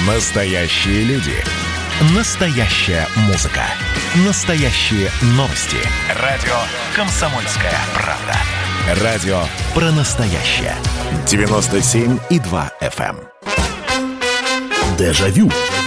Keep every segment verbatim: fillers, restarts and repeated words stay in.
Настоящие люди. Настоящая музыка. Настоящие новости. Радио «Комсомольская правда». Радио про настоящее. девяносто семь и два эф эм. Дежавю.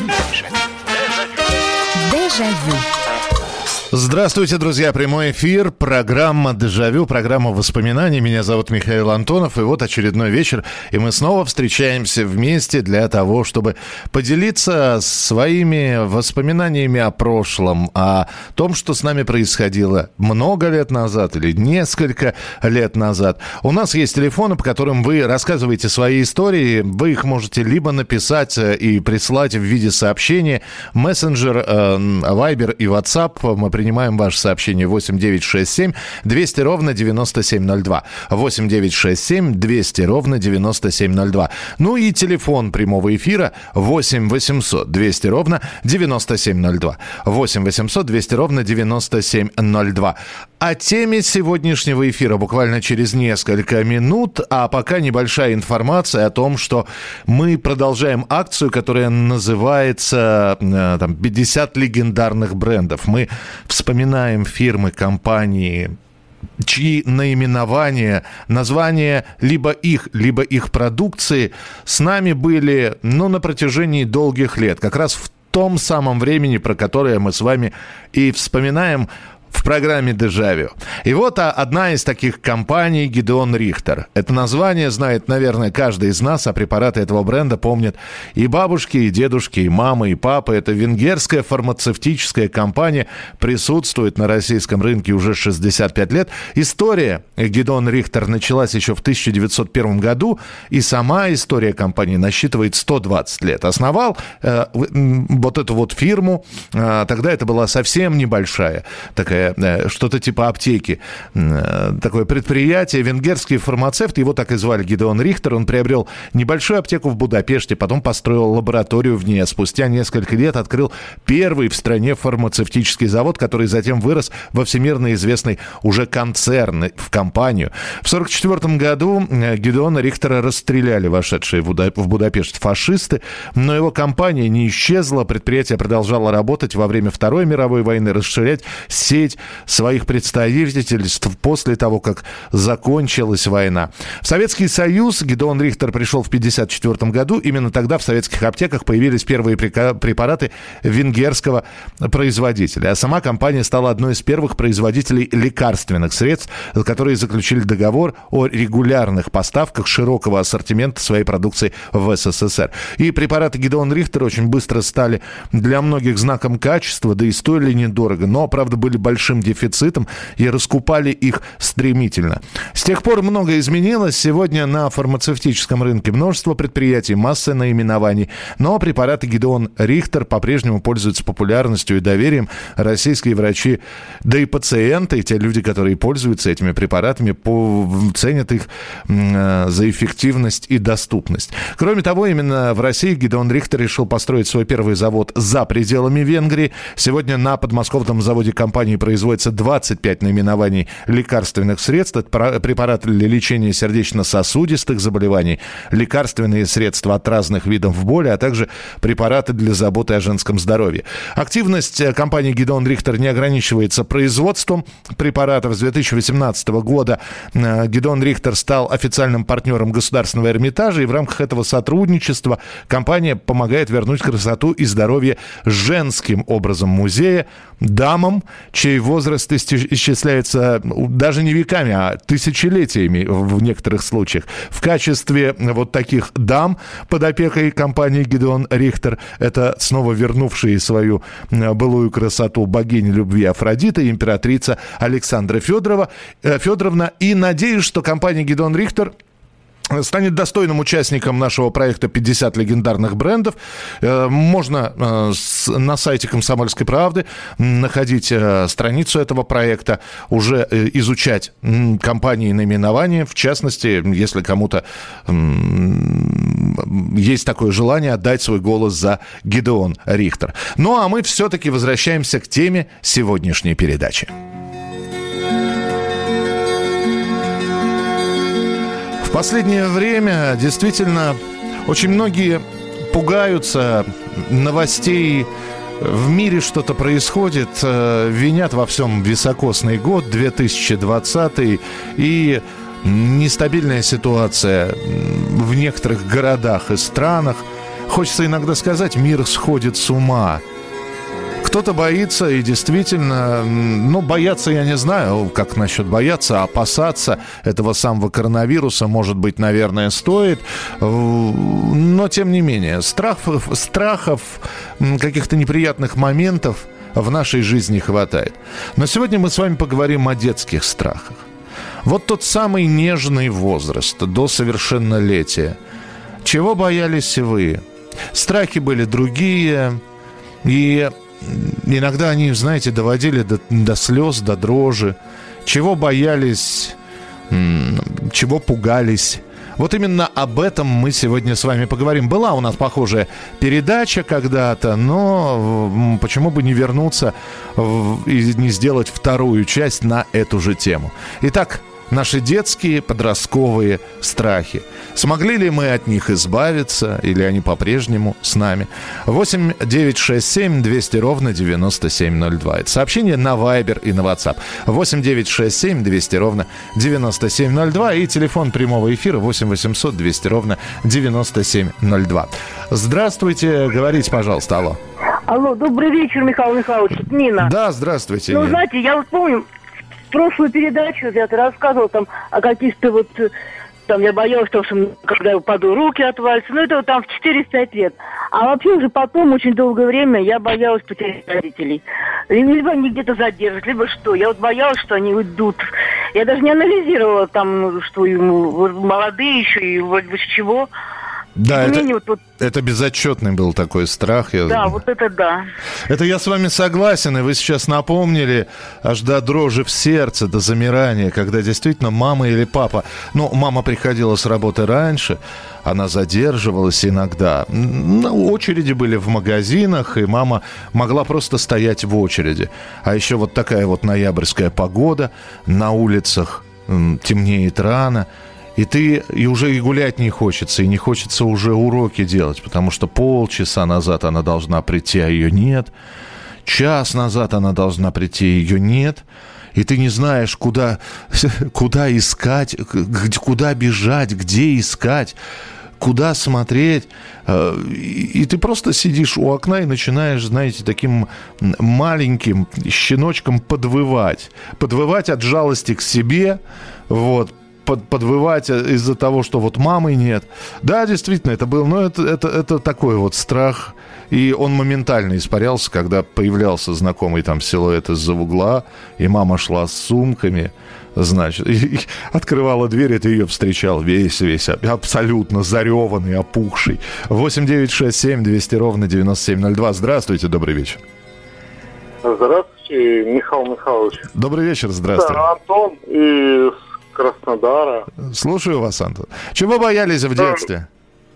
Дежавю. Здравствуйте, друзья. Прямой эфир. Программа «Дежавю», программа воспоминаний. Меня зовут Михаил Антонов. И вот очередной вечер. И мы снова встречаемся вместе для того, чтобы поделиться своими воспоминаниями о прошлом, о том, что с нами происходило много лет назад или несколько лет назад. У нас есть телефоны, по которым вы рассказываете свои истории. Вы их можете либо написать и прислать в виде сообщения. Мессенджер, Вайбер и WhatsApp. Мы принимаем ваше сообщение восемь девятьсот шестьдесят семь двести ровно девяносто семь ноль два. восемь девятьсот шестьдесят семь двести ровно девяносто семь ноль два. Ну и телефон прямого эфира восемь восемьсот двести ровно девяносто семь ноль два. восемь восемьсот двести ровно девяносто семь ноль два. О теме сегодняшнего эфира буквально через несколько минут, а пока небольшая информация о том, что мы продолжаем акцию, которая называется там, пятьдесят легендарных брендов. Мы вспоминаем фирмы, компании, чьи наименования, названия либо их, либо их продукции с нами были, ну, на протяжении долгих лет. Как раз в том самом времени, про которое мы с вами и вспоминаем в программе «Дежавю». И вот одна из таких компаний — Гидеон Рихтер. Это название знает, наверное, каждый из нас, а препараты этого бренда помнят и бабушки, и дедушки, и мамы, и папы. Это венгерская фармацевтическая компания, присутствует на российском рынке уже шестьдесят пять лет. История Гидеон Рихтер началась еще в тысяча девятьсот первом году, и сама история компании насчитывает сто двадцать лет. Основал э, вот эту вот фирму, э, тогда это была совсем небольшая такая, что-то типа аптеки. Такое предприятие. Венгерский фармацевт, его так и звали, Гидеон Рихтер. Он приобрел небольшую аптеку в Будапеште, потом построил лабораторию в ней. А спустя несколько лет открыл первый в стране фармацевтический завод, который затем вырос во всемирно известный уже концерн, в компанию. В сорок четвёртом году Гидеона Рихтера расстреляли вошедшие в Будапешт фашисты, но его компания не исчезла. Предприятие продолжало работать во время Второй мировой войны, расширять сеть своих представительств после того, как закончилась война. В Советский Союз Гидеон Рихтер пришел в пятьдесят четвёртом году. Именно тогда в советских аптеках появились первые препараты венгерского производителя. А сама компания стала одной из первых производителей лекарственных средств, которые заключили договор о регулярных поставках широкого ассортимента своей продукции в СССР. И препараты Гидеон Рихтер очень быстро стали для многих знаком качества, да и стоили недорого. Но, правда, были большим дефицитом и раскупали их стремительно. С тех пор многое изменилось. Сегодня на фармацевтическом рынке множество предприятий, масса наименований. Но препараты Гидеон Рихтер по-прежнему пользуются популярностью и доверием. Российские врачи, да и пациенты, и те люди, которые пользуются этими препаратами, по... ценят их э, за эффективность и доступность. Кроме того, именно в России Гидеон Рихтер решил построить свой первый завод за пределами Венгрии. Сегодня на подмосковном заводе компании производится двадцать пять наименований лекарственных средств. Это препараты для лечения сердечно-сосудистых заболеваний, лекарственные средства от разных видов боли, а также препараты для заботы о женском здоровье. Активность компании Гидеон Рихтер не ограничивается производством препаратов. С две тысячи восемнадцатого года Гидеон Рихтер стал официальным партнером Государственного Эрмитажа, и в рамках этого сотрудничества компания помогает вернуть красоту и здоровье женским образом музея дамам, чей возраст исчисляется даже не веками, а тысячелетиями в некоторых случаях. В качестве вот таких дам под опекой компании Гидеон Рихтер, это снова вернувшие свою былую красоту богини любви Афродита и императрица Александра Федорова, Федоровна. И надеюсь, что компания Гидеон Рихтер станет достойным участником нашего проекта «пятьдесят легендарных брендов». Можно на сайте «Комсомольской правды» находить страницу этого проекта, уже изучать компании и наименования. В частности, если кому-то есть такое желание, отдать свой голос за Гидеон Рихтер. Ну, а мы все-таки возвращаемся к теме сегодняшней передачи. В последнее время действительно очень многие пугаются новостей. В мире что-то происходит, винят во всем високосный год, две тысячи двадцатый, и нестабильная ситуация в некоторых городах и странах. Хочется иногда сказать, мир сходит с ума. Кто-то боится, и действительно, ну, бояться я не знаю, как насчет бояться, опасаться этого самого коронавируса, может быть, наверное, стоит. Но, тем не менее, страх, страхов, каких-то неприятных моментов в нашей жизни хватает. Но сегодня мы с вами поговорим о детских страхах. Вот тот самый нежный возраст до совершеннолетия. Чего боялись вы? Страхи были другие, и иногда они, знаете, доводили до, до слез, до дрожи. Чего боялись, чего пугались. Вот именно об этом мы сегодня с вами поговорим. Была у нас похожая передача когда-то, но почему бы не вернуться и не сделать вторую часть на эту же тему. Итак, наши детские, подростковые страхи. Смогли ли мы от них избавиться, или они по-прежнему с нами? восемь девятьсот шестьдесят семь двести ровно девяносто семь ноль два. Это сообщение на Viber и на WhatsApp. восемь девятьсот шестьдесят семь двести ровно девяносто семь ноль два. И телефон прямого эфира восемь восемьсот двести ровно девяносто семь ноль два. Здравствуйте, говорите, пожалуйста, алло. Алло, добрый вечер, Михаил Михайлович, это Нина. Да, здравствуйте, Ну, Нина. знаете, я вот помню, прошлую передачу я рассказывал там о каких-то вот, там я боялась, что когда я упаду, руки отвалятся, ну это вот там в четыре-пять лет. А вообще уже потом очень долгое время я боялась потерять родителей. Либо они где-то задержат, либо что. Я вот боялась, что они уйдут. Я даже не анализировала там, что ему молодые еще и вроде бы с чего. Да, это, вот, вот... это безотчетный был такой страх. Я... Да, вот это да. Это я с вами согласен, и вы сейчас напомнили аж до дрожи в сердце, до замирания, когда действительно мама или папа... Ну, мама приходила с работы раньше, она задерживалась иногда. Ну, очереди были в магазинах, и мама могла просто стоять в очереди. А еще вот такая вот ноябрьская погода, на улицах темнеет рано. И ты и уже и гулять не хочется, и не хочется уже уроки делать, потому что полчаса назад она должна прийти, а ее нет. Час назад она должна прийти, ее нет. И ты не знаешь, куда, куда искать, куда бежать, где искать, куда смотреть. И ты просто сидишь у окна и начинаешь, знаете, таким маленьким щеночком подвывать. Подвывать от жалости к себе, вот, Под, подвывать из-за того, что вот мамы нет. Да, действительно, это был, но это, это, это такой вот страх. И он моментально испарялся, когда появлялся знакомый там силуэт из-за угла, и мама шла с сумками, значит, и, и открывала дверь, и ты ее встречал весь-весь, абсолютно зареванный, опухший. восемь девятьсот шестьдесят семь двести ровно девяносто семь ноль два. Здравствуйте, добрый вечер. Здравствуйте, Михаил Михайлович. Добрый вечер, здравствуйте. Да, Антон и Краснодара. Слушаю вас, Антон. Чего боялись в детстве?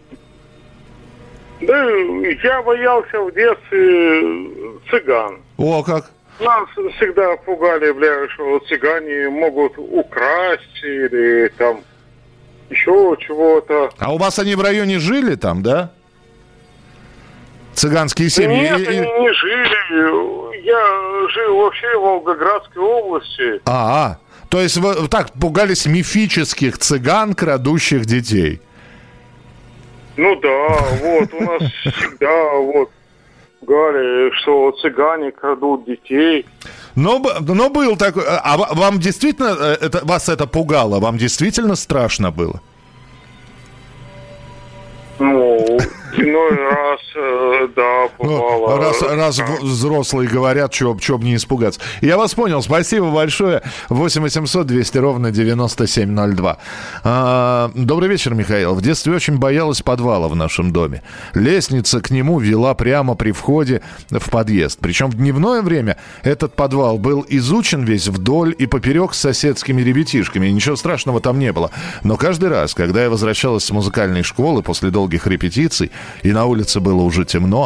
Да, я боялся в детстве цыган. О, как? Нас всегда пугали, бля, что цыгане могут украсть или там еще чего-то. А у вас они в районе жили там, да? Цыганские семьи? Нет, они не жили. Я жил вообще в Волгоградской области. А, -а. То есть вы так пугались мифических цыган, крадущих детей? Ну да, вот, у нас всегда вот пугали, что цыгане крадут детей. Но, но был такой... А вам действительно, это, вас это пугало? Вам действительно страшно было? Ну, иной раз, э, да, бывало. Ну, раз, раз взрослые говорят, чего б не испугаться. Я вас понял, спасибо большое. восемь восемьсот двести ровно девяносто семь ноль два. А, добрый вечер, Михаил. В детстве очень боялась подвала в нашем доме. Лестница к нему вела прямо при входе в подъезд. Причем в дневное время этот подвал был изучен весь вдоль и поперек с соседскими ребятишками. И ничего страшного там не было. Но каждый раз, когда я возвращалась с музыкальной школы после долгих репетиций, и на улице было уже темно,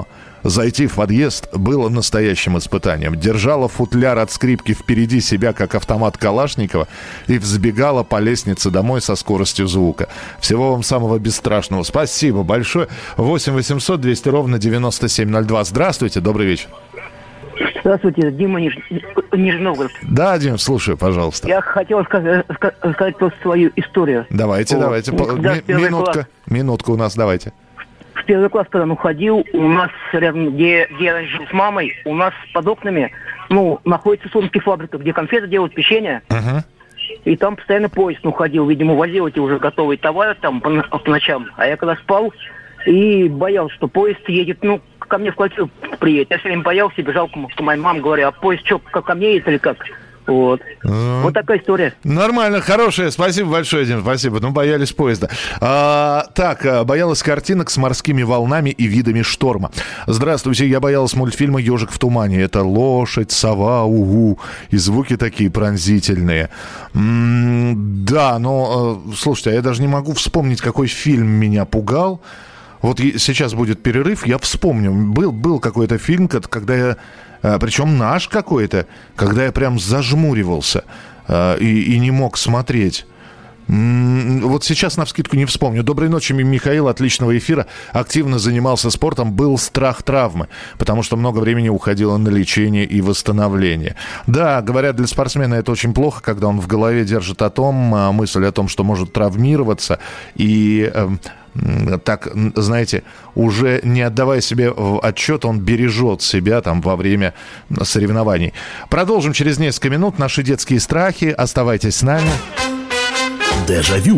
Зайти в подъезд было настоящим испытанием. Держала футляр от скрипки впереди себя, как автомат Калашникова, и взбегала по лестнице домой со скоростью звука. Всего вам самого бесстрашного. Спасибо большое. восемь восемьсот двести ровно девяносто семь ноль два. Здравствуйте, добрый вечер. Здравствуйте, Дима, Ниж... Нижний Новгород. Да, Дим, слушаю, пожалуйста. Я хотел сказать, сказать просто свою историю. Давайте, вот. давайте. Ми- минутка, класс... минутка у нас, давайте. В первый класс, когда он уходил, у нас рядом, где, где я жил с мамой, у нас под окнами, ну, находится Сумская фабрика, где конфеты делают, печенье. Uh-huh. И там постоянно поезд уходил, видимо, возил эти уже готовые товары там по, по ночам. А я когда спал и боялся, что поезд едет, ну, ко мне в квартиру приедет. Я все время боялся и бежал к моей маме, говорю, а поезд что, ко мне едет или как? Вот. Mm. Вот такая история. Нормально, хорошая. Спасибо большое, Дим, спасибо. Ну, боялись поезда. А, так, боялась картинок с морскими волнами и видами шторма. Здравствуйте, я боялась мультфильма «Ежик в тумане». Это лошадь, сова, угу. И звуки такие пронзительные. М-м, да, но, слушайте, а я даже не могу вспомнить, какой фильм меня пугал. Вот сейчас будет перерыв, я вспомню. Был, был какой-то фильм, когда я... Причем наш какой-то, когда я прям зажмуривался э, и, и не мог смотреть. М-м, вот сейчас навскидку не вспомню. Доброй ночи, Михаил, отличного эфира. Активно занимался спортом, был страх травмы, потому что много времени уходило на лечение и восстановление. Да, говорят, для спортсмена это очень плохо, когда он в голове держит о том, мысль о том, что может травмироваться и... Э, так, знаете, уже не отдавая себе отчет, он бережет себя там во время соревнований. Продолжим через несколько минут. Наши детские страхи. Оставайтесь с нами. Дежавю.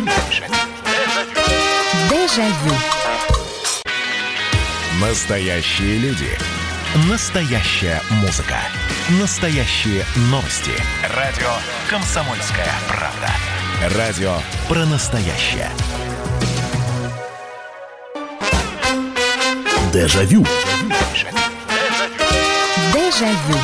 Дежавю. Настоящие люди. Настоящая музыка. Настоящие новости. Радио «Комсомольская правда». Радио про настоящее. Дежавю. Дежавю.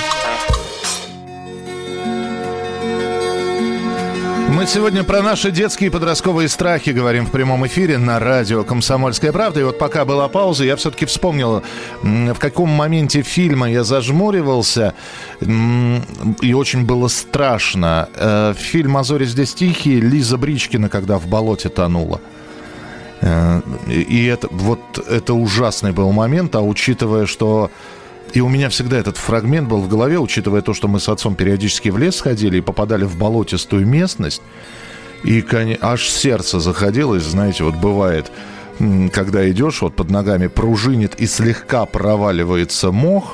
Мы сегодня про наши детские и подростковые страхи говорим в прямом эфире на радио «Комсомольская правда». И вот пока была пауза, я все-таки вспомнил, в каком моменте фильма я зажмуривался, и очень было страшно. Фильм «А зори здесь тихие», Лиза Бричкина, когда в болоте тонула. И это, вот это ужасный был момент, а учитывая, что... И у меня всегда этот фрагмент был в голове, учитывая то, что мы с отцом периодически в лес ходили и попадали в болотистую местность, и аж сердце заходилось, знаете, вот бывает, когда идешь, вот под ногами пружинит и слегка проваливается мох,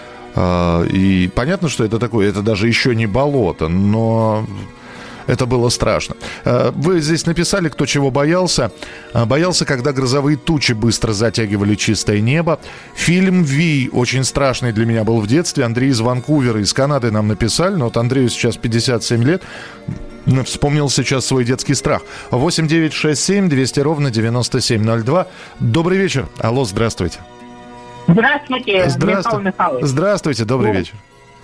и понятно, что это такое, это даже еще не болото, но... Это было страшно. Вы здесь написали, кто чего боялся. Боялся, когда грозовые тучи быстро затягивали чистое небо. Фильм «Вий» очень страшный для меня был в детстве. Андрей из Ванкувера, из Канады нам написали. Но вот Андрею сейчас пятьдесят семь лет. Вспомнил сейчас свой детский страх. восемь девятьсот шестьдесят семь двести ровно девяносто семь ноль два. Добрый вечер. Алло, здравствуйте. Здравствуйте, Здравствуй. Михаил Михайлович. Здравствуйте, добрый ну, вечер.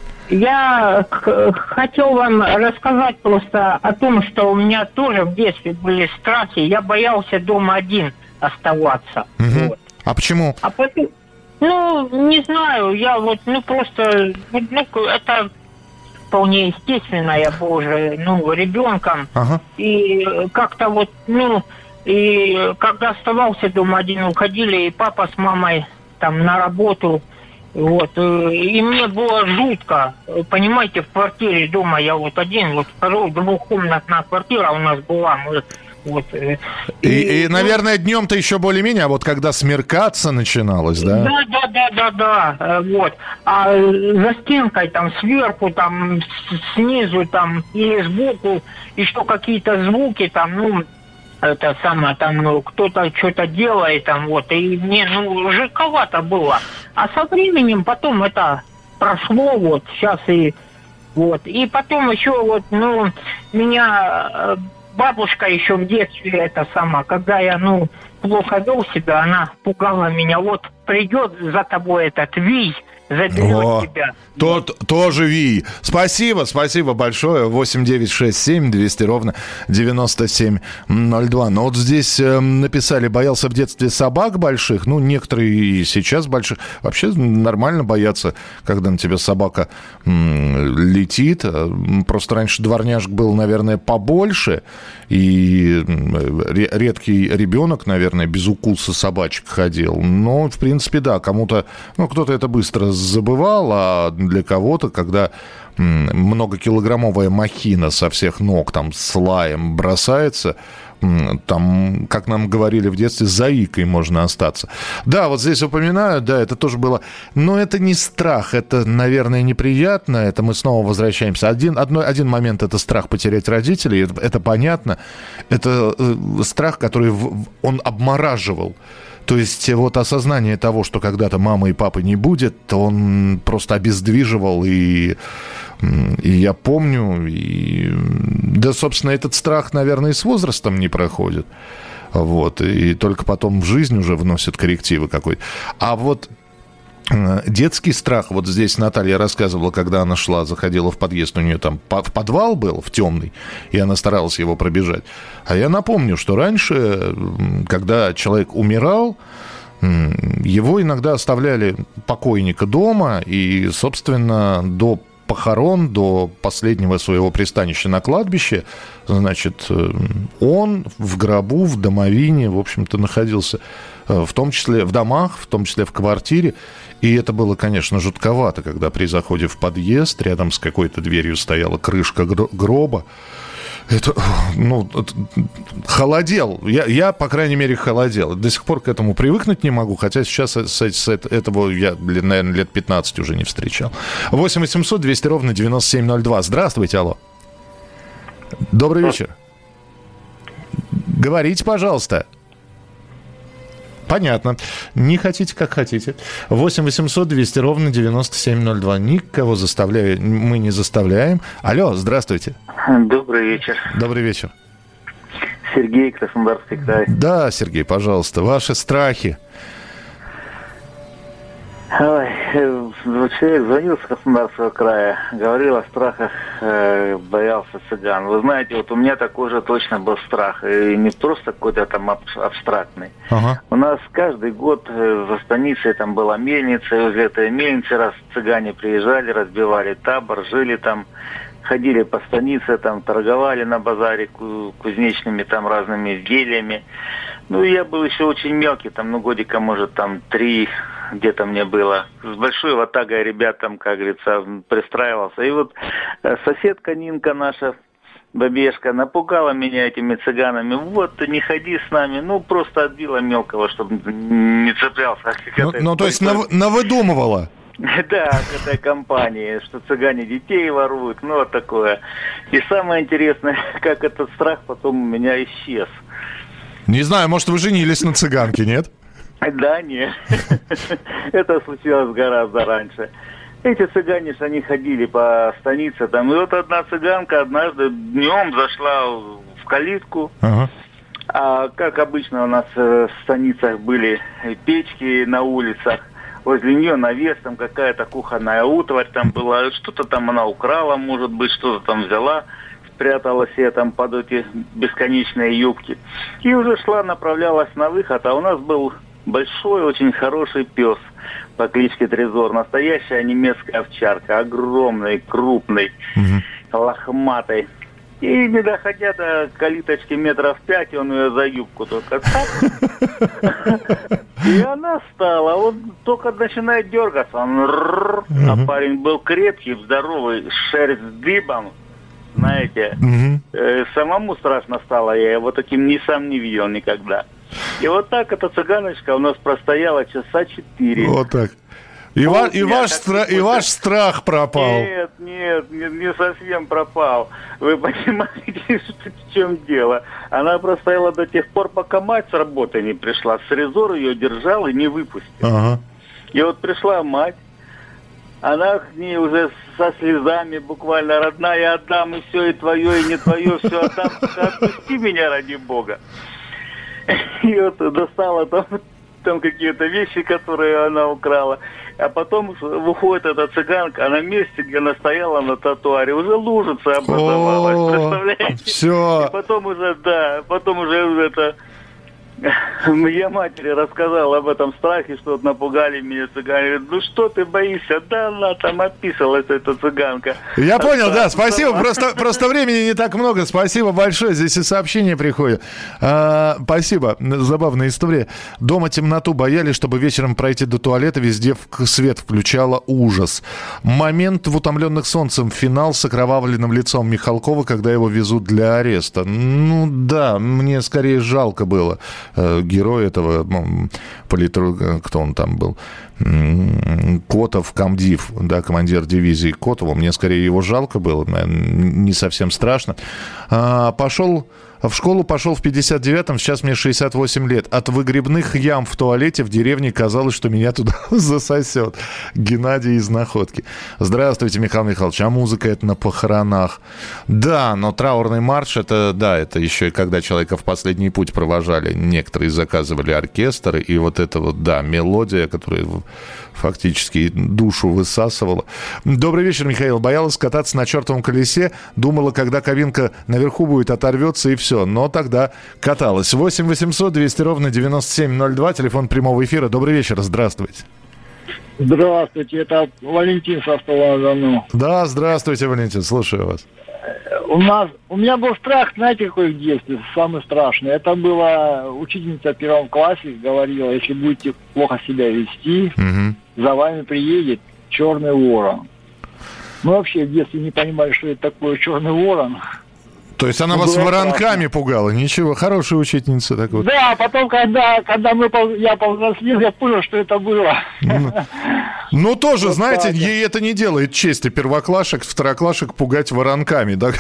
Я х- хотел вам рассказать просто о том, что у меня тоже в детстве были страхи. Я боялся дома один оставаться. Угу. Вот. А почему? А потом, ну, не знаю, я вот, ну, просто, ну, это вполне естественно, я был уже, ну, ребенком. Ага. И как-то вот, ну, и когда оставался дома один, уходили и папа с мамой там на работу. Вот, и мне было жутко, понимаете, в квартире дома я вот один, вот второй двухкомнатная квартира у нас была, мы, вот. И, и, и, наверное, днем-то еще более-менее, а вот когда смеркаться начиналось, да? Да, да, да, да, да, вот. А за стенкой там сверху, там снизу, там и сбоку еще какие-то звуки, там, ну, это самое, там, ну, кто-то что-то делает, там, вот, и мне, ну, жутковато было. А со временем потом это прошло, вот, сейчас и, вот, и потом еще, вот, ну, меня бабушка еще в детстве, это сама, когда я, ну, плохо вел себя, она пугала меня, вот, придет за тобой этот Вий, заберет О, тебя. Тот, тоже Ви. Спасибо, спасибо большое. восемь девятьсот шестьдесят семь двести ровно девяносто семь ноль два. Но вот здесь э, написали, боялся в детстве собак больших. Ну, некоторые и сейчас больших. Вообще нормально бояться, когда на тебя собака м, летит. Просто раньше дворняжек был, наверное, побольше. И редкий ребенок, наверное, без укуса собачек ходил. Но, в принципе, да, кому-то... Ну, кто-то это быстро забывал, а для кого-то, когда многокилограммовая махина со всех ног там с лаем бросается, там, как нам говорили в детстве, заикой можно остаться. Да, вот здесь упоминаю, да, это тоже было... Но это не страх, это, наверное, неприятно, это мы снова возвращаемся. Один, одно, один момент — это страх потерять родителей, это, это понятно. Это э, страх, который в, он обмораживал. То есть вот осознание того, что когда-то мамы и папы не будет, он просто обездвиживал. И, и я помню, и, да, собственно, этот страх, наверное, и с возрастом не проходит. Вот, и только потом в жизнь уже вносит коррективы какой-то. А вот детский страх, вот здесь Наталья рассказывала, когда она шла, заходила в подъезд, у нее там в подвал был, в темный, и она старалась его пробежать. А я напомню, что раньше, когда человек умирал, его иногда оставляли покойника дома, и, собственно, до похорон, до последнего своего пристанища на кладбище, значит, он в гробу, в домовине, в общем-то, находился, в том числе в домах, в том числе в квартире. И это было, конечно, жутковато, когда при заходе в подъезд рядом с какой-то дверью стояла крышка гроба. Это, ну, холодел. Я, я, по крайней мере, холодел. До сих пор к этому привыкнуть не могу, хотя сейчас с, с этого я, наверное, лет пятнадцать уже не встречал. восемь восемьсот двести ровно девяносто семь ноль два. Здравствуйте, алло. Добрый вечер. Говорите, пожалуйста. Понятно. Не хотите, как хотите. восемь восемьсот двести ровно девяносто семь ноль два. Никого заставляю, мы не заставляем. Алло, здравствуйте. Добрый вечер. Добрый вечер. Сергей, Краснодарский край. Да, Сергей, пожалуйста, ваши страхи. Ой, человек звонил с Краснодарского края, говорил о страхах, э, боялся цыган. Вы знаете, вот у меня такой же точно был страх, и не просто какой-то там абстрактный. Ага. У нас каждый год за станицей там была мельница, и возле этой мельницы раз цыгане приезжали, разбивали табор, жили там, ходили по станице, там торговали на базаре кузнечными там разными изделиями. Ну, я был еще очень мелкий, там, ну, годика, может, там, три где-то мне было. С большой ватагой ребят там, как говорится, пристраивался. И вот соседка Нинка наша, бабешка, напугала меня этими цыганами. Вот, ты не ходи с нами. Ну, просто отбила мелкого, чтобы не цеплялся. Ну, ну то есть нав- навыдумывала? Да, от этой компании, что цыгане детей воруют, ну, вот такое. И самое интересное, как этот страх потом у меня исчез. Не знаю, может, вы женились на цыганке, нет? Да, нет. Это случилось гораздо раньше. Эти цыгане, они ходили по станице там. И вот одна цыганка однажды днем зашла в калитку. Ага. А как обычно у нас в станицах были печки на улицах. Возле нее навес, там какая-то кухонная утварь там была. Что-то там она украла, может быть, что-то там взяла. Спрятала себе там под эти бесконечные юбки. И уже шла, направлялась на выход, а у нас был большой, очень хороший пес по кличке Трезор. Настоящая немецкая овчарка, огромный, крупный, угу. лохматый. И не доходя до калиточки метров пять, он ее за юбку только так. И она стала, вот только начинает дергаться. А парень был крепкий, здоровый, шерсть дыбом. Знаете, угу. э, самому страшно стало, я его таким ни сам не видел никогда. И вот так эта цыганочка у нас простояла часа четыре. Вот так. И, ва- и, ваш, стра- и ваш страх пропал. Нет, нет, не, не совсем пропал. Вы понимаете, что, в чем дело? Она простояла до тех пор, пока мать с работы не пришла. Срезор ее держал и не выпустил. Ага. И вот пришла мать. Она к ней уже со слезами буквально: родная, отдам, и все, и твое, и не твое, все отдам, отпусти меня ради Бога. И вот достала там, там какие-то вещи, которые она украла. А потом выходит эта цыганка, а на месте, где она стояла на тротуаре, уже лужица образовалась. О, представляете? Все. И потом уже, да, потом уже это... Я матери рассказал об этом страхе, что вот напугали меня цыгане. Говорит, ну что ты боишься? Да она там отписалась, эта цыганка. Я а понял, сам, да, спасибо. сама. Просто, просто времени не так много. Спасибо большое. Здесь и сообщения приходят. А, спасибо. Забавная история. Дома темноту боялись, чтобы вечером пройти до туалета. Везде свет включало. Ужас. Момент в «Утомленных солнцем». Финал с окровавленным лицом Михалкова, когда его везут для ареста. Ну да, мне скорее жалко было герой этого, ну, политрука, кто он там был, Котов, комдив, да, командир дивизии Котова. Мне скорее его жалко было, не совсем страшно. А, пошел... В школу пошел в пятьдесят девятом, сейчас мне шестьдесят восемь лет. От выгребных ям в туалете в деревне казалось, что меня туда засосет. Геннадий из Находки. Здравствуйте, Михаил Михайлович. А музыка это на похоронах? Да, но траурный марш, это, да, это еще и когда человека в последний путь провожали. Некоторые заказывали оркестр, и вот это вот, да, мелодия, которая фактически душу высасывала. Добрый вечер, Михаил. Боялась кататься на чертовом колесе. Думала, когда кабинка наверху будет, оторвется и все. Но тогда каталась. восемь восемьсот двести ровно девяносто семь ноль два. Телефон прямого эфира. Добрый вечер. Здравствуйте. Здравствуйте. Это Валентин со Столана. Да, здравствуйте, Валентин. Слушаю вас. У нас, у меня был страх, знаете, какой в детстве, самый страшный. Это была учительница в первом классе, говорила, если будете плохо себя вести, угу. за вами приедет черный ворон. Мы вообще в детстве не понимали, что это такое черный ворон. То есть она ну, вас воронками страшно. Пугала? Ничего, хорошая учительница такой. Да, потом, когда, когда мы, я повзрослел, я понял, что это было. Ну, ну тоже, вот знаете, так. Ей это не делает чести первоклашек, второклашек пугать воронками, да?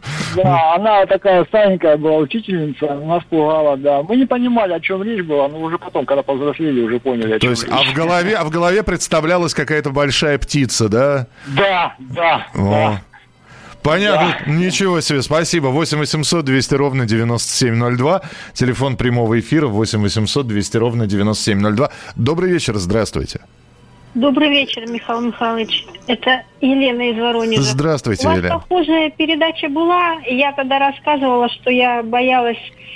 Да, она такая старенькая была учительница, нас пугала, да. Мы не понимали, о чем речь была, но уже потом, когда повзрослели, уже поняли, о чем речь. То есть, а в голове, а в голове представлялась какая-то большая птица, да? Да, да, О. да. Понятно, да. Ничего себе, спасибо. восемь восемьсот двести ровно девяносто семь ноль два. Телефон прямого эфира восемь восемьсот двести ровно девяносто семь ноль два. Добрый вечер, здравствуйте. Добрый вечер, Михаил Михайлович. Это Елена из Воронежа. Здравствуйте, Елена. У вас Елена. похожая передача была. Я тогда рассказывала, что я боялась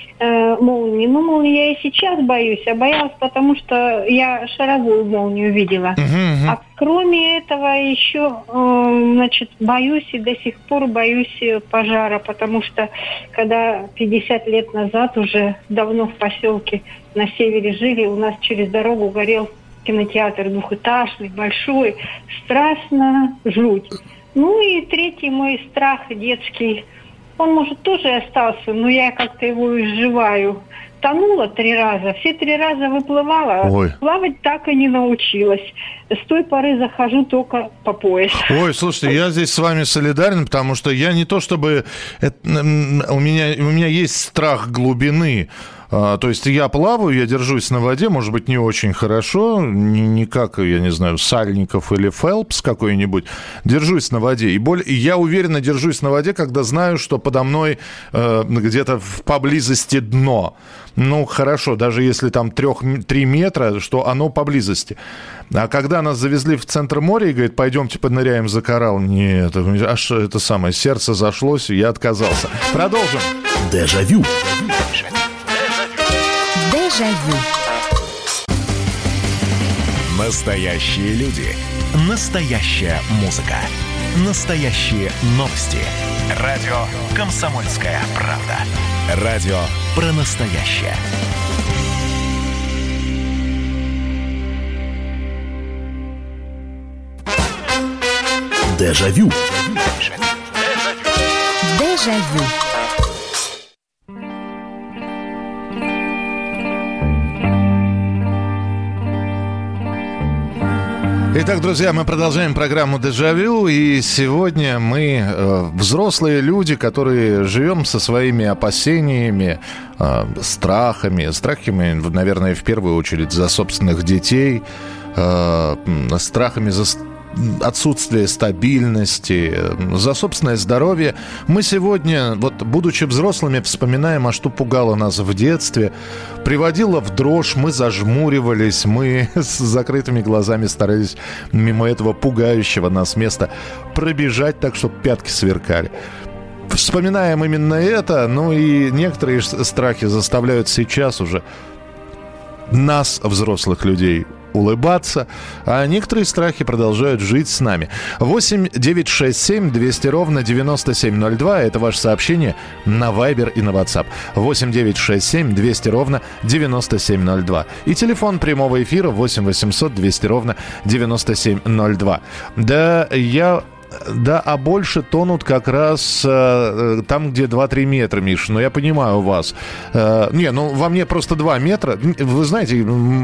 э, молнии. Ну, молнии я и сейчас боюсь. А боялась, потому что я шаровую молнию видела. Uh-huh, uh-huh. А кроме этого еще, э, значит, боюсь и до сих пор боюсь пожара. Потому что когда пятьдесят лет назад, уже давно в поселке на севере жили, у нас через дорогу горел кинотеатр двухэтажный, большой, страшно, жуть. Ну и третий мой страх детский, он, может, тоже остался, но я как-то его изживаю. Тонула три раза, все три раза выплывала, Ой. Плавать так и не научилась. С той поры захожу только по пояс. Ой, слушайте, я здесь с вами солидарен, потому что я не то чтобы... Это, у меня, у меня есть страх глубины. То есть я плаваю, я держусь на воде, может быть, не очень хорошо, не, не как, я не знаю, Сальников или Фелпс какой-нибудь. Держусь на воде. И, более, и я уверенно держусь на воде, когда знаю, что подо мной э, где-то в поблизости дно. Ну, хорошо, даже если там три метра, что оно поблизости. А когда нас завезли в центр моря и говорят, пойдемте поныряем за коралл, нет, аж это самое, сердце зашлось, и я отказался. Продолжим. Дежавю. Дежавю. Настоящие люди. Настоящая музыка. Настоящие новости. Радио «Комсомольская правда». Радио про настоящее. Дежавю. Дежавю. Итак, друзья, мы продолжаем программу «Дежавю», и сегодня мы э, взрослые люди, которые живем со своими опасениями, э, страхами, страхами, наверное, в первую очередь за собственных детей, э, страхами за отсутствие стабильности, за собственное здоровье. Мы сегодня, вот будучи взрослыми, вспоминаем, а что пугало нас в детстве, приводило в дрожь, мы зажмуривались, мы с закрытыми глазами старались мимо этого пугающего нас места пробежать так, чтобы пятки сверкали. Вспоминаем именно это, ну и некоторые страхи заставляют сейчас уже нас, взрослых людей, улыбаться, а некоторые страхи продолжают жить с нами. восемь девятьсот шестьдесят семь двести ровно девяносто семь ноль два. Это ваше сообщение на Viber и на WhatsApp. восемь девятьсот шестьдесят семь двести ровно девяносто семь ноль два. И телефон прямого эфира восемь восемьсот двести ровно девяносто семь ноль два. Да, я... Да, а больше тонут как раз э, там, где два-три метра, Миша. Но я понимаю вас. Э, не, ну, во мне просто два метра. Вы знаете,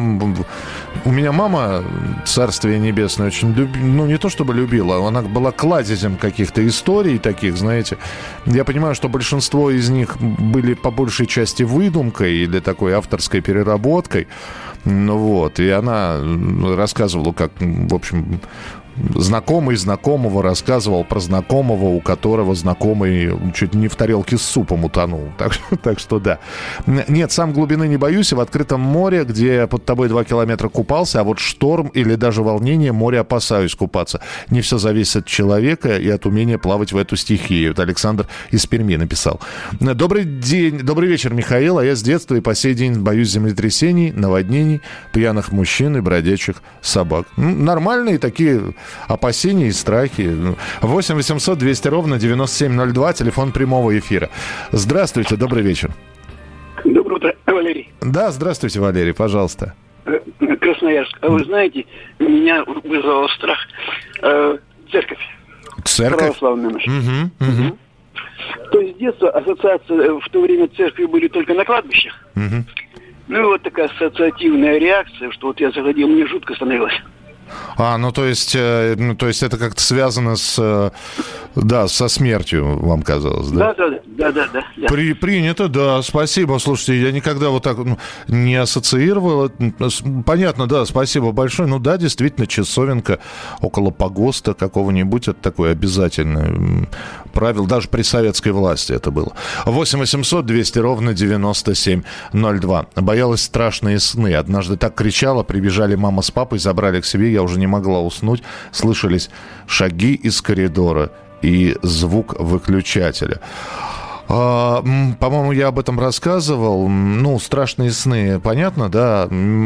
у меня мама, царствие небесное, очень люб... ну, не то чтобы любила, она была кладезем каких-то историй таких, знаете. Я понимаю, что большинство из них были по большей части выдумкой или такой авторской переработкой. Ну вот, и она рассказывала, как, в общем... Знакомый знакомого рассказывал про знакомого, у которого знакомый чуть не в тарелке с супом утонул. Так, так что да. Нет, сам глубины не боюсь. В открытом море, где под тобой два километра купался, а вот шторм или даже волнение, море опасаюсь купаться. Не все зависит от человека и от умения плавать в эту стихию. Это Александр из Перми написал. Добрый день, добрый вечер, Михаил. А я с детства и по сей день боюсь землетрясений, наводнений, пьяных мужчин и бродячих собак. Нормальные такие... опасения и страхи. восемь восемьсот двести ровно девяносто семь ноль два, телефон прямого эфира. Здравствуйте, добрый вечер. Доброе утро, Валерий. Да, здравствуйте, Валерий, пожалуйста. Красноярск. А вы знаете, меня вызвал страх э, церковь. Церковь? Православная наша. Угу, угу. То есть с детства ассоциация, в то время церкви были только на кладбищах. Угу. Ну и вот такая ассоциативная реакция, что вот я заходил, мне жутко становилось. А, ну то есть, э, ну, то есть это как-то связано с, э, да, со смертью, вам казалось, да? Да, да, да, да, да. да. При, принято, да, спасибо. Слушайте, я никогда вот так ну, не ассоциировал. Понятно, да, спасибо большое. Ну да, действительно, часовенка около погоста какого-нибудь, это такое обязательное правило. Даже при советской власти это было. восемь восемьсот двести ровно девяносто семь ноль два. Боялась страшные сны. Однажды так кричала, прибежали мама с папой, забрали к себе, я уже не могла уснуть. Слышались шаги из коридора и звук выключателя. А, по-моему, я об этом рассказывал. Ну, страшные сны, понятно, да?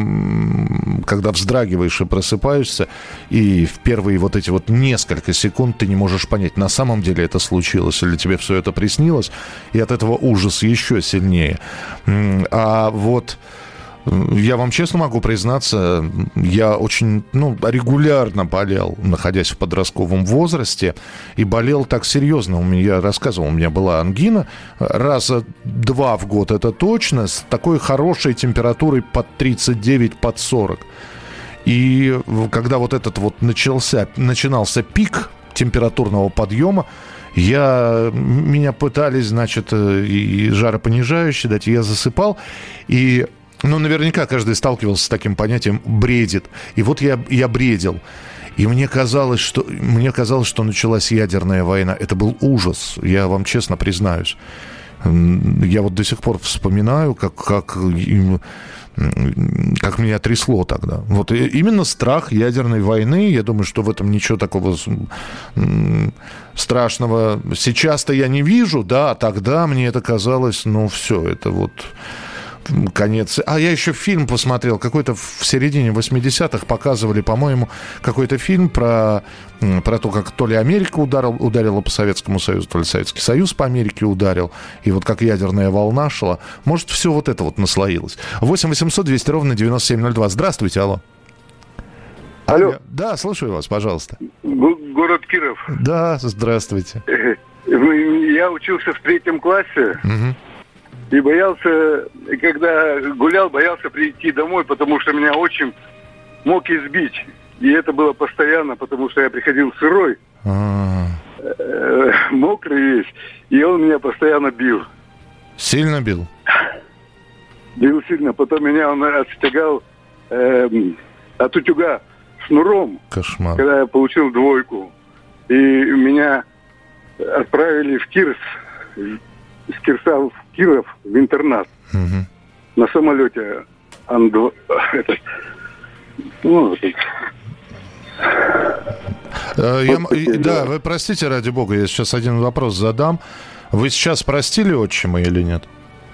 Когда вздрагиваешь и просыпаешься, и в первые вот эти вот несколько секунд ты не можешь понять, на самом деле это случилось, или тебе все это приснилось, и от этого ужас еще сильнее. А вот... Я вам честно могу признаться, я очень, ну, регулярно болел, находясь в подростковом возрасте, и болел так серьезно. У меня, я рассказывал, у меня была ангина раза два в год, это точно, с такой хорошей температурой под тридцать девять, под сорок. И когда вот этот вот начался, начинался пик температурного подъема, я, меня пытались, значит, и жаропонижающие дать, я засыпал, и... Ну, наверняка каждый сталкивался с таким понятием «бредит». И вот я, я бредил. И мне казалось, что, мне казалось, что началась ядерная война. Это был ужас, я вам честно признаюсь. Я вот до сих пор вспоминаю, как, как, как меня трясло тогда. Вот именно страх ядерной войны. Я думаю, что в этом ничего такого страшного сейчас-то я не вижу. Да, а тогда мне это казалось, ну, все, это вот... Конец. А я еще фильм посмотрел, какой-то в середине восьмидесятых показывали, по-моему, какой-то фильм про, про то, как то ли Америка ударил, ударила по Советскому Союзу, то ли Советский Союз по Америке ударил, и вот как ядерная волна шла. Может, все вот это вот наслоилось. восемь восемьсот двести ровно девяносто семь ноль два. Здравствуйте, алло. Алло. Я, да, слушаю вас, пожалуйста. Город Киров. Да, здравствуйте. Я учился в третьем классе. Угу. И боялся, когда гулял, боялся прийти домой, потому что меня отчим мог избить. И это было постоянно, потому что я приходил сырой, э, мокрый весь, и он меня постоянно бил. Сильно бил? Бил сильно. Потом меня он отстегал э, от утюга шнуром. Кошмар. Когда я получил двойку. И меня отправили в Кирс, из Кирса в Киров, в интернат. Угу. На самолете Ан два. Это, ну, это. Я, да, вы простите, ради бога, я сейчас один вопрос задам. Вы сейчас простили отчима или нет?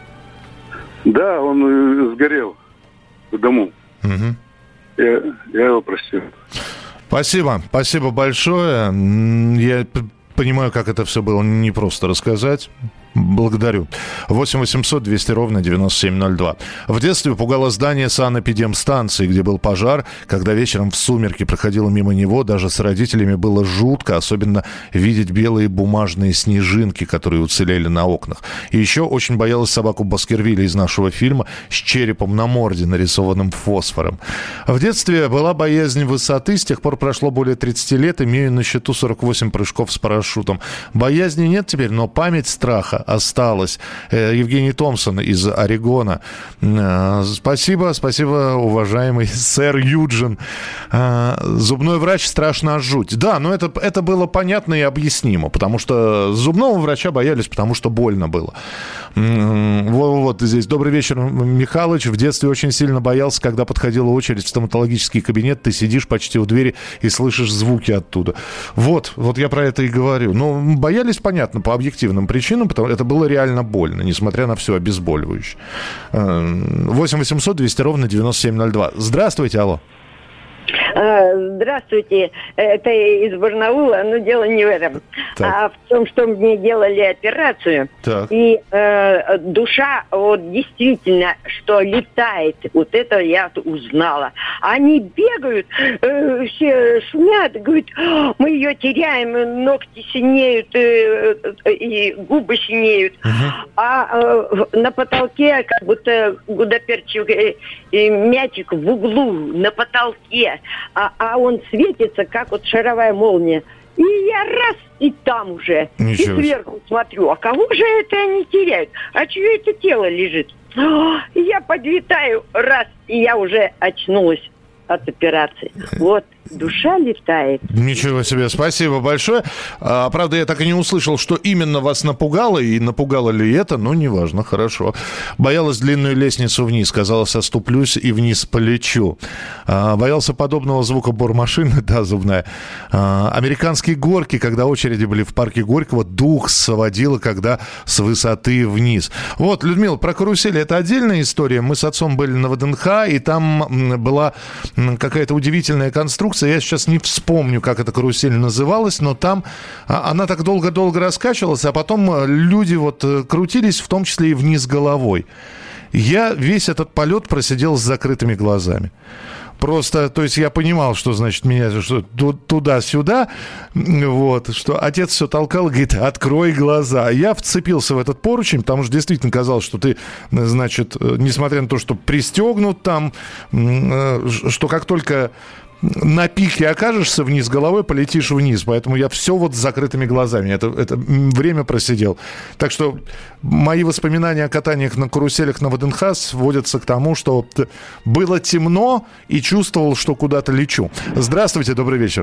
Да, он сгорел в дому. Угу. Я, я его простил. Спасибо, спасибо большое. Я понимаю, как это все было непросто рассказать. Благодарю. восемь восемьсот двести ровно девяносто семь ноль два. В детстве пугало здание санэпидемстанции, где был пожар. Когда вечером в сумерки проходила мимо него, даже с родителями было жутко, особенно видеть белые бумажные снежинки, которые уцелели на окнах. И еще очень боялась собаку Баскервилля из нашего фильма с черепом на морде, нарисованным фосфором. В детстве была боязнь высоты, с тех пор прошло более тридцать лет, имею на счету сорок восемь прыжков с парашютом. Боязни нет теперь, но память страха осталось. Евгений Томпсон из Орегона. Спасибо, спасибо, уважаемый сэр Юджин. Зубной врач страшно жуть. Да, но это, это было понятно и объяснимо, потому что зубного врача боялись, потому что больно было. Вот, вот здесь. Добрый вечер, Михалыч. В детстве очень сильно боялся, когда подходила очередь в стоматологический кабинет, ты сидишь почти у двери и слышишь звуки оттуда. Вот, вот я про это и говорю. Ну, боялись, понятно, по объективным причинам, потому это было реально больно, несмотря на все обезболивающее. восемь восемьсот двести ровно девяносто семь ноль два. Здравствуйте, алло. Здравствуйте, это из Барнаула, но дело не в этом, так. а в том, что мне делали операцию, так. и э, душа вот действительно, что летает, вот это я узнала. Они бегают, э, все шумят, говорят, мы ее теряем, ногти синеют, э, э, и губы синеют, угу. а э, на потолке как будто гудоперчивый э, мячик в углу, на потолке. А, а он светится, как вот шаровая молния. И я раз, и там уже. Ничего. И сверху смотрю, а кого же это они теряют? А чье это тело лежит? О, я подлетаю, раз, и я уже очнулась от операции. Вот, душа летает. Ничего себе, спасибо большое. А, правда, я так и не услышал, что именно вас напугало, и напугало ли это, но неважно, хорошо. Боялась длинную лестницу вниз, казалось, оступлюсь и вниз полечу. А, боялся подобного звука бормашины, да, зубная. А, американские горки, когда очереди были в парке Горького, дух сводило, когда с высоты вниз. Вот, Людмила, про карусели это отдельная история. Мы с отцом были на ВДНХ, и там была какая-то удивительная конструкция. Я сейчас не вспомню, как эта карусель называлась, но там она так долго-долго раскачивалась, а потом люди вот крутились, в том числе и вниз головой. Я весь этот полет просидел с закрытыми глазами. Просто, то есть я понимал, что, значит, меня что, туда-сюда, вот, что отец все толкал и говорит, открой глаза. Я вцепился в этот поручень, потому что действительно казалось, что ты, значит, несмотря на то, что пристегнут там, что как только на пике окажешься вниз головой, полетишь вниз. Поэтому я все вот с закрытыми глазами. Это, это время просидел. Так что мои воспоминания о катаниях на каруселях на ВДНХ сводятся к тому, что было темно и чувствовал, что куда-то лечу. Здравствуйте, добрый вечер.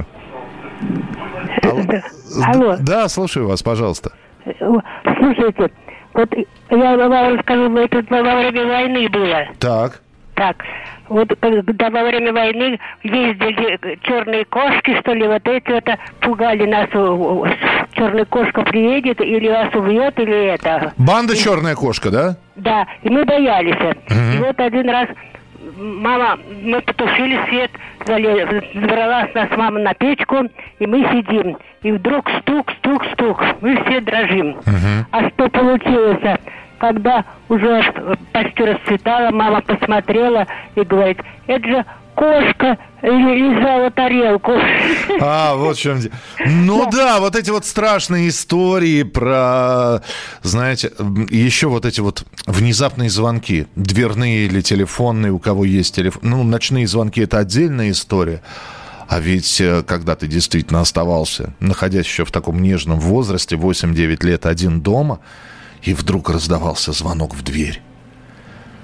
Алло. Алло. Да, слушаю вас, пожалуйста. Слушайте, вот я вам расскажу, это во время войны было. Так. Так, вот когда во время войны ездили черные кошки, что ли, вот эти вот пугали нас, черная кошка приедет, или вас убьет, или это. Банда и... черная кошка, да? Да, и мы боялись. Mm-hmm. И вот один раз мама, мы потушили свет, забралась нас мама на печку, и мы сидим. И вдруг стук, стук, стук, мы все дрожим. Mm-hmm. А что получилось? Когда уже почти расцветало, мама посмотрела и говорит, это же кошка лизала тарелку. А, вот в чем дело. Ну да. да, вот эти вот страшные истории про, знаете, еще вот эти вот внезапные звонки, дверные или телефонные, у кого есть телефон. Ну, ночные звонки – это отдельная история. А ведь когда ты действительно оставался, находясь еще в таком нежном возрасте, восемь-девять лет один дома, и вдруг раздавался звонок в дверь.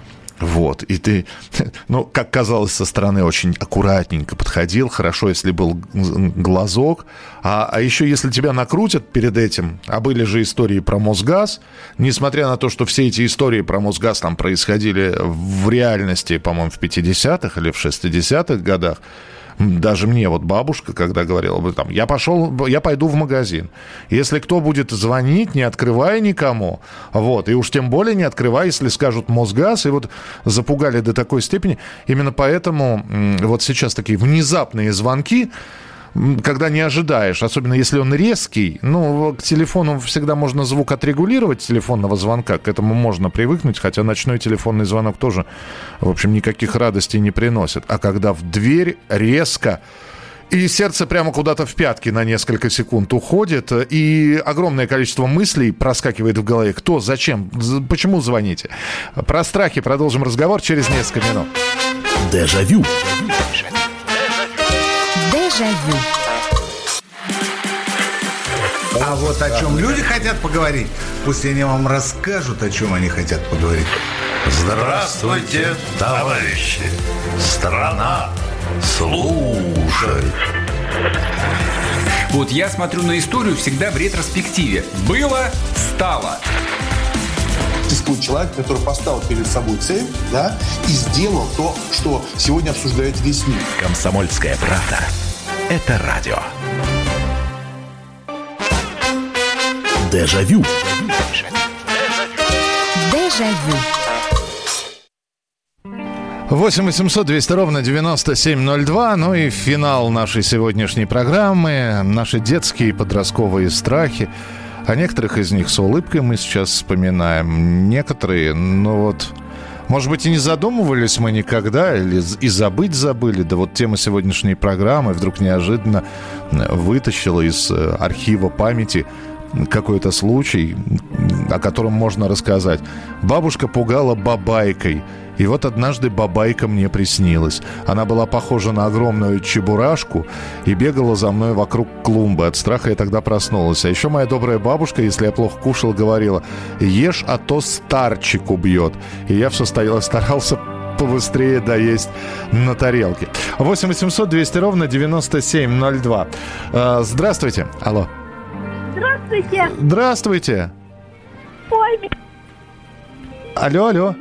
Вот, и ты, ну, как казалось, со стороны очень аккуратненько подходил. Хорошо, если был глазок. А, а еще, если тебя накрутят перед этим, а были же истории про Мосгаз, несмотря на то, что все эти истории про Мосгаз там происходили в реальности, по-моему, в пятидесятых или в шестидесятых годах, даже мне вот бабушка, когда говорила, там, я пошел, я пойду в магазин. Если кто будет звонить, не открывай никому. Вот, и уж тем более не открывай, если скажут Мосгаз. И вот запугали до такой степени. Именно поэтому вот сейчас такие внезапные звонки, когда не ожидаешь, особенно если он резкий, ну, к телефону всегда можно звук отрегулировать телефонного звонка, к этому можно привыкнуть, хотя ночной телефонный звонок тоже, в общем, никаких радостей не приносит. А когда в дверь резко, и сердце прямо куда-то в пятки на несколько секунд уходит, и огромное количество мыслей проскакивает в голове. Кто, зачем, почему звоните? Про страхи продолжим разговор через несколько минут. Дежавю. Дежавю. А вот о чем люди хотят поговорить, пусть они вам расскажут, о чем они хотят поговорить. Здравствуйте, товарищи! Страна служит! Вот я смотрю на историю всегда в ретроспективе. Было, стало. Существует человек, который поставил перед собой цель, да, и сделал то, что сегодня обсуждает весь мир. Комсомольская правда. Это радио. Дежавю. Дежавю. восемь восемьсот двести ровно девяносто семь ноль два. Ну и финал нашей сегодняшней программы. Наши детские и подростковые страхи. О некоторых из них с улыбкой мы сейчас вспоминаем. Некоторые, ну вот... Может быть, и не задумывались мы никогда, или и забыть забыли. Да вот тема сегодняшней программы вдруг неожиданно вытащила из архива памяти какой-то случай, о котором можно рассказать. Бабушка пугала бабайкой. И вот однажды бабайка мне приснилась. Она была похожа на огромную чебурашку и бегала за мной вокруг клумбы. От страха я тогда проснулась. А еще моя добрая бабушка, если я плохо кушал, говорила: ешь, а то старчик убьет. И я все стоял, старался побыстрее доесть на тарелке. восемь восемьсот двести ровно девяносто семь ноль два. Здравствуйте. Алло. Здравствуйте. Здравствуйте. Ой. Алло, алло.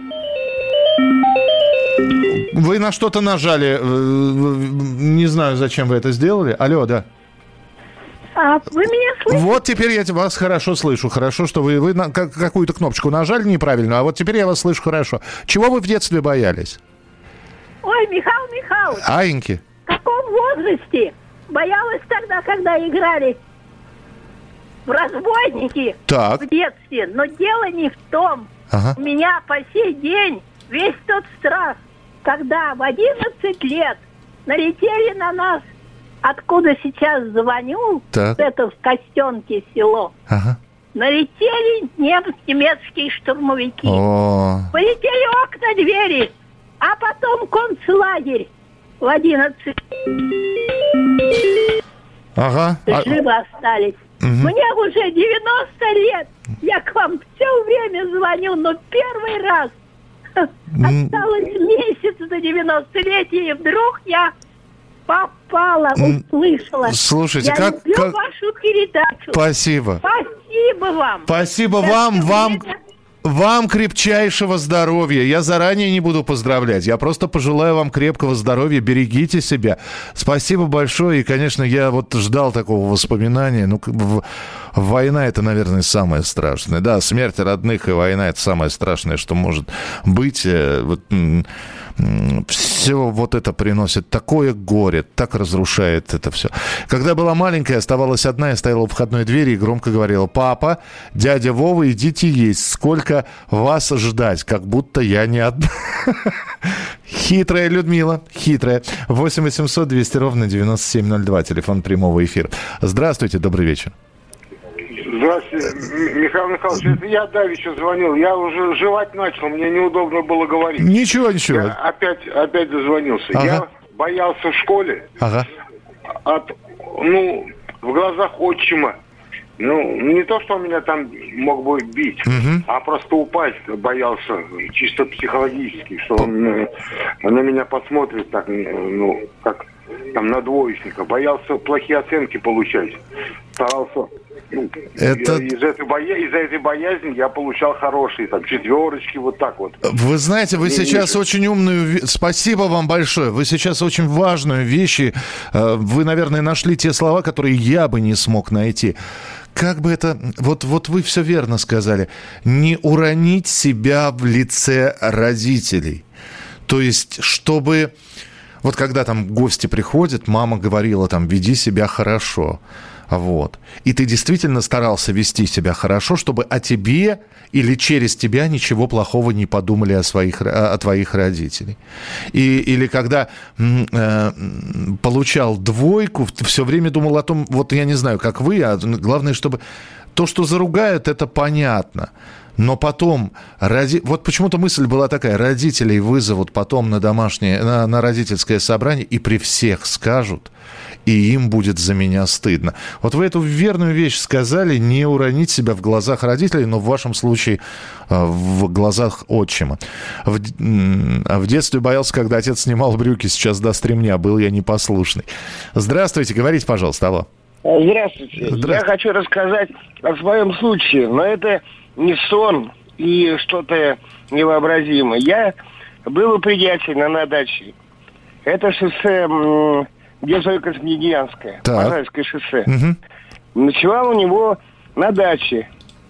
Вы на что-то нажали. Не знаю, зачем вы это сделали. Алло, да. А вы меня слышите? Вот теперь я вас хорошо слышу. Хорошо, что вы, вы на какую-то кнопочку нажали неправильно, а вот теперь я вас слышу хорошо. Чего вы в детстве боялись? Ой, Михаил Михайлович. Аиньки. В каком возрасте? Боялась тогда, когда играли в разбойники. Так. В детстве. Но дело не в том. Ага. У меня по сей день весь тот страх, когда в одиннадцать лет налетели на нас, откуда сейчас звоню, так. это в Костенке село, ага. налетели нем- немецкие штурмовики. О. Полетели окна, двери, а потом концлагерь в одиннадцать. Ага. Живы остались. Угу. Мне уже девяносто лет. Я к вам все время звоню, но первый раз осталось месяц до девяностолетия, и вдруг я попала, услышала. Слушайте, я как... люблю как... вашу передачу. Спасибо. Спасибо вам. Спасибо я вам, вам... время... Вам крепчайшего здоровья. Я заранее не буду поздравлять. Я просто пожелаю вам крепкого здоровья. Берегите себя. Спасибо большое. И, конечно, я вот ждал такого воспоминания. Ну, в... война — это, наверное, самое страшное. Да, смерть родных и война — это самое страшное, что может быть. Вот, все вот это приносит такое горе, так разрушает это все. Когда я была маленькая, оставалась одна, я стояла у входной двери и громко говорила: папа, дядя Вова, идите есть. Сколько вас ждать? Как будто я не одна. Хитрая Людмила, хитрая. восемь восемьсот двести ровно девяносто семь ноль два, телефон прямого эфира. Здравствуйте, добрый вечер. Здравствуйте, Михаил Михайлович, это я давеча звонил, я уже жевать начал, мне неудобно было говорить. Ничего, ничего. Я опять, опять дозвонился. Ага. Я боялся в школе ага. от, ну, в глазах отчима Ну, не то, что он меня там мог бы бить, угу. а просто упасть боялся, чисто психологически, что он э, на меня посмотрит так, ну, как там на двоечника. Боялся плохие оценки получать. Старался. Ну, Это... из, этой боя... из-за этой боязни я получал хорошие, там, четверочки, вот так вот. Вы знаете, вы не, сейчас не... очень умную... Спасибо вам большое. Вы сейчас очень важную вещь. Вы, наверное, нашли те слова, которые я бы не смог найти. Как бы это... Вот, вот вы все верно сказали. Не уронить себя в лице родителей. То есть, чтобы... Вот когда там гости приходят, мама говорила там, веди себя хорошо. Вот. И ты действительно старался вести себя хорошо, чтобы о тебе или через тебя ничего плохого не подумали о, своих, о твоих родителях. И, или когда э, получал двойку, все время думал о том, вот я не знаю, как вы, а главное, чтобы то, что заругают, это понятно. Но потом, роди... вот почему-то мысль была такая, родителей вызовут потом на домашнее, на, на родительское собрание и при всех скажут, и им будет за меня стыдно. Вот вы эту верную вещь сказали, не уронить себя в глазах родителей, но в вашем случае в глазах отчима. В, в детстве боялся, когда отец снимал брюки, сейчас даст ремня, был я непослушный. Здравствуйте, говорите, пожалуйста, алло. Здравствуйте. Здравствуйте. Я хочу рассказать о своем случае, но это не сон и что-то невообразимое. Я был у приятеля на даче. Это шоссе, где Зойко-Смедьянское, Можайское шоссе. Угу. Ночевал у него на даче.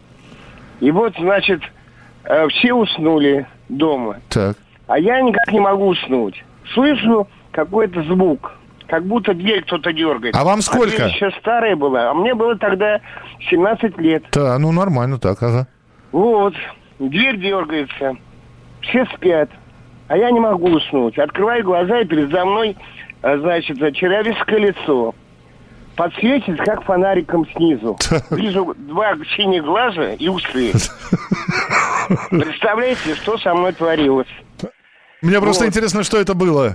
И вот, значит, все уснули дома. Так. А я никак не могу уснуть. Слышу какой-то звук. Как будто дверь кто-то дергает. А вам сколько? А дверь еще старая была. А мне было тогда семнадцать лет. Да, ну нормально так, ага. Вот. Дверь дергается. Все спят. А я не могу уснуть. Открываю глаза, и передо мной, значит, человеческое лицо. Подсветит, как фонариком снизу. Вижу два синих глаза и усы. Представляете, что со мной творилось? Мне просто интересно, что это было.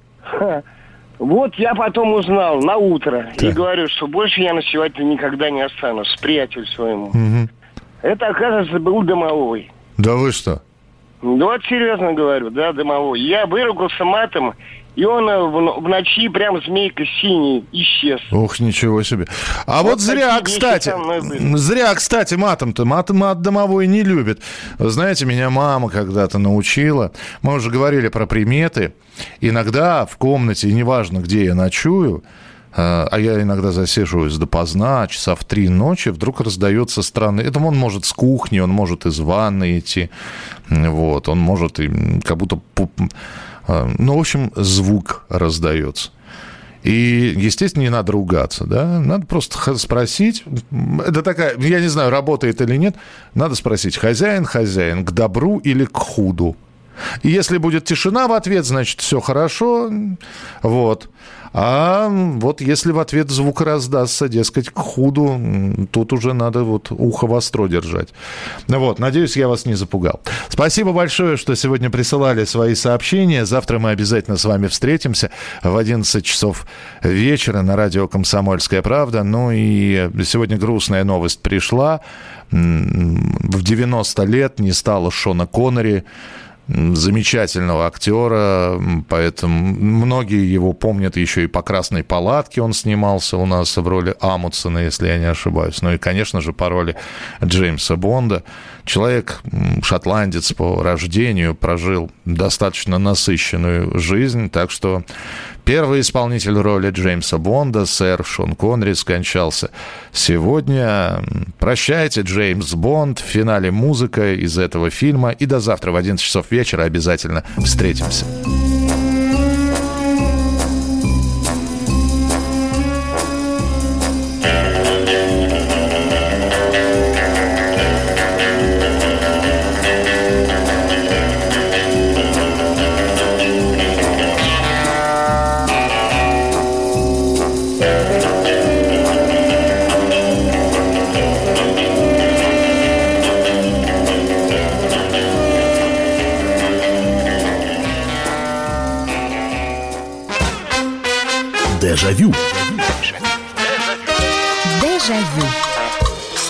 Вот я потом узнал на утро. Да. И говорю, что больше я ночевать-то никогда не останусь. Приятелю своему. Угу. Это, оказывается, был домовой. Да вы что? Да вот серьезно говорю, да, домовой. Я выругался матом, и он в, в ночи прям змейка синий исчез. Ох, ничего себе. А вот, вот зря, кстати, зря, кстати, матом-то. Мат, мат домовой не любит. Знаете, меня мама когда-то научила. Мы уже говорили про приметы. Иногда в комнате, неважно, где я ночую, а я иногда засиживаюсь допоздна, часа в три ночи, вдруг раздается странный... Это он может с кухни, он может из ванны идти, вот, он может и как будто... Ну, в общем, звук раздается. И, естественно, не надо ругаться, да, надо просто спросить, это такая, я не знаю, работает или нет, надо спросить, хозяин, хозяин, к добру или к худу? И если будет тишина в ответ, значит, все хорошо, вот. А вот если в ответ звук раздастся, дескать, к худу, тут уже надо вот ухо востро держать. Вот, надеюсь, я вас не запугал. Спасибо большое, что сегодня присылали свои сообщения. Завтра мы обязательно с вами встретимся в одиннадцать часов вечера на радио «Комсомольская правда». Ну и сегодня грустная новость пришла. В девяносто лет не стало Шона Коннери, замечательного актера, поэтому многие его помнят еще и по «Красной палатке». Он снимался у нас в роли Амундсена, если я не ошибаюсь. Ну и, конечно же, по роли Джеймса Бонда. Человек, шотландец по рождению, прожил достаточно насыщенную жизнь, так что первый исполнитель роли Джеймса Бонда, сэр Шон Коннери, скончался сегодня. Прощайте, Джеймс Бонд. В финале музыка из этого фильма. И до завтра в одиннадцать часов вечера обязательно встретимся. Дежавю. Дежавю.